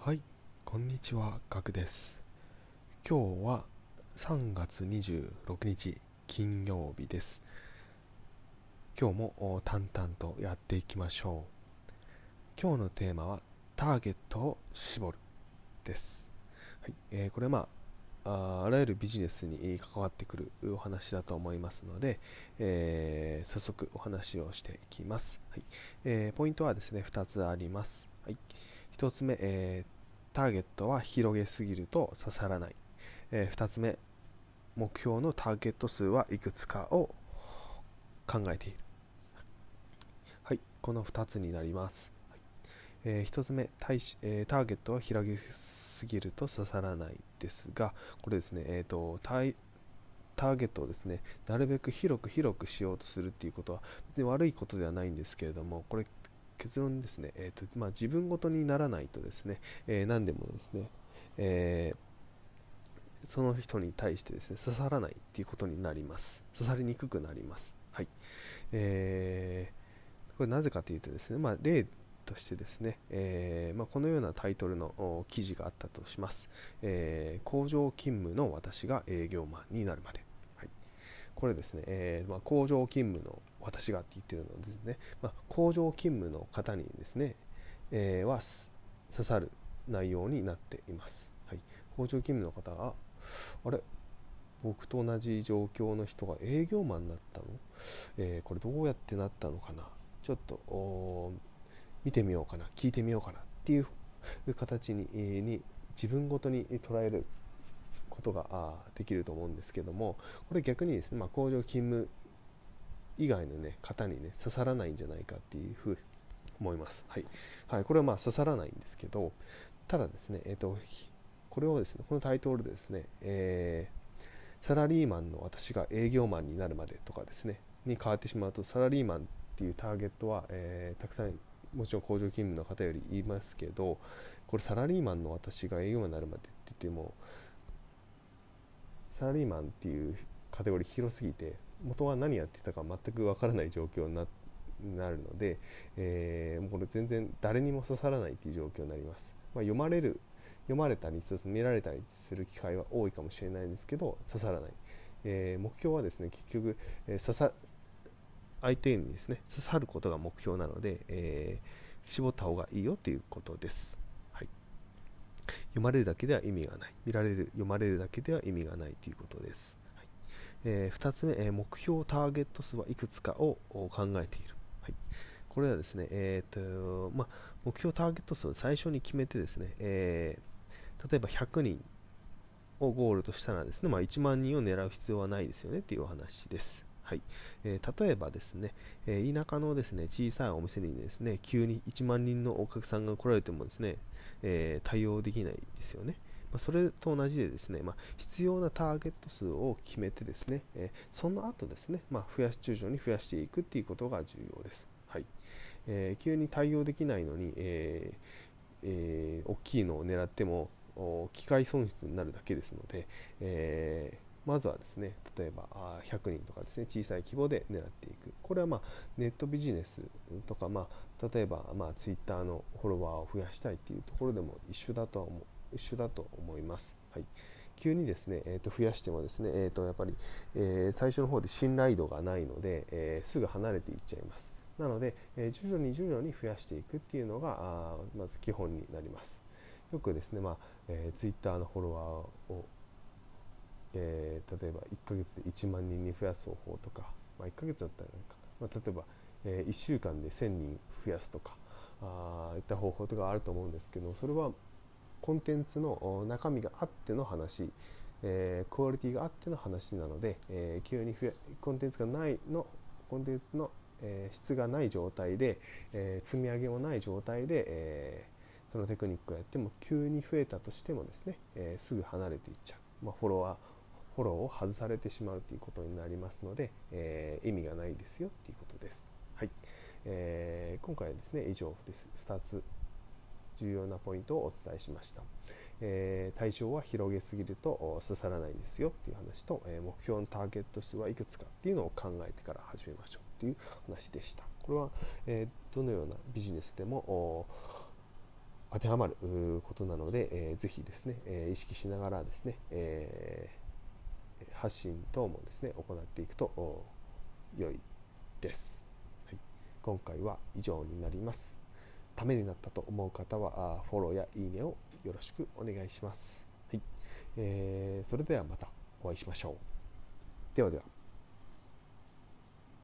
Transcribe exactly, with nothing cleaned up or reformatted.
はい、こんにちは、ガクです。今日はさんがつにじゅうろくにち金曜日です。今日も淡々とやっていきましょう。今日のテーマはターゲットを絞るです。はい、えーこれはまあああらゆるビジネスに関わってくるお話だと思いますので、えー早速お話をしていきます。はい、えーポイントはですねふたつあります。はい、ひとつめ、えーターゲットは広げすぎると刺さらない。えーふたつめ、目標のターゲット数はいくつかを考えている。はい、このふたつになります。はい、えーひとつめ、対しえーターゲットは広げすぎると刺さらないですが、これですね、えーと、タイターゲットをですね、なるべく広く広くしようとするっていうことは別に悪いことではないんですけれども、これ結論ですね、えーとまあ、自分ごとにならないとですね、えー何でもですね、えーその人に対してですね刺さらないっていうことになります。刺さりにくくなります。はい。えー、これなぜかというとですね、まあ、例としてですね、えーまあ、このようなタイトルの記事があったとします。えー工場勤務の私が営業マンになるまで。はい、これですね、えーまあ、工場勤務の私がって言ってるのですね、まあ、工場勤務の方にですね、えーは刺さる内容になっています。はい、工場勤務の方があれ僕と同じ状況の人が営業マンになったの、えーこれどうやってなったのかな、ちょっと見てみようかな、聞いてみようかなっていう形にに自分ごとに捉えることができると思うんですけども、これ逆にですね、まあ、工場勤務以外の、ね、方に、ね、刺さらないんじゃないかっていうふうに思います。はい、はい、これはまあ刺さらないんですけど、ただですね、えーと、これをですね、このタイトルでですね、えーサラリーマンの私が営業マンになるまでとかですねに変わってしまうと、サラリーマンっていうターゲットは、えーたくさんもちろん工場勤務の方より言いますけど、これサラリーマンの私が営業マンになるまでって言っても、サラリーマンっていうカテゴリー広すぎて元は何やってたか全くわからない状況にななるので、えーもうこれ全然誰にも刺さらないっていう状況になります。まあ、読まれる読まれたり見られたりする機会は多いかもしれないんですけど刺さらない、えー目標はですね結局、えー刺さ相手にですね刺さることが目標なので、えー絞った方がいいよということです。はい、読まれるだけでは意味がない、見られる読まれるだけでは意味がないということです。はい、えーふたつめ、えー目標ターゲット数はいくつかを考えている。はい、これはですね、えーとまあ、目標ターゲット数を最初に決めてですね、えー例えばひゃくにんをゴールとしたらですね、まあ、いちまんにんを狙う必要はないですよねっていうお話です。はい、えー例えばですね、えー田舎のですね小さいお店にですね急にいちまんにんのお客さんが来られてもですね、えー対応できないですよね。まあ、それと同じでですね、まあ、必要なターゲット数を決めてですね、えーその後ですね、まあ、増やし徐々に増やしていくっていうことが重要です。はい、えー急に対応できないのに、えーえー大きいのを狙っても機械損失になるだけですので、えーまずはですね例えばひゃくにんとかですね小さい規模で狙っていく。これはまあネットビジネスとか、まあ、例えばまあツイッターのフォロワーを増やしたいっていうところでも一緒だとは思う一緒だと思います。はい、急にですね、えー、と増やしてもですね、えー、とやっぱり、えー最初の方で信頼度がないので、えーすぐ離れていっちゃいます。なので、えー徐々に徐々に増やしていくっていうのがあまず基本になります。よくですね、まあえー、ツイッターのフォロワーを、えー例えばいっかげつでいちまんにんに増やす方法とか、まあ、いっかげつだったらなんか、まあ、例えば、えー、いっしゅうかんでせんにん増やすとかあいった方法とかあると思うんですけど、それはコンテンツの中身があっての話、えークオリティがあっての話なので、えー急に増やコンテンツがないのコンテンツの、えー質がない状態で、えー積み上げもない状態で、えーそのテクニックをやっても急に増えたとしてもですね、えーすぐ離れていっちゃう、まあ、フォロワーフォローを外されてしまうということになりますので、えー意味がないですよということです。はい、えー今回はですね以上です。ふたつ重要なポイントをお伝えしました。えー対象は広げすぎると刺さらないですよっていう話と、えー目標のターゲット数はいくつかっていうのを考えてから始めましょうという話でした。これは、えーどのようなビジネスでも当てはまることなので、えー、ぜひですね、えー、意識しながらですね、えー、発信等もですね行っていくと良いです、はい、今回は以上になります。ためになったと思う方はフォローやいいねをよろしくお願いします、はい。えー、それではまたお会いしましょう。ではでは。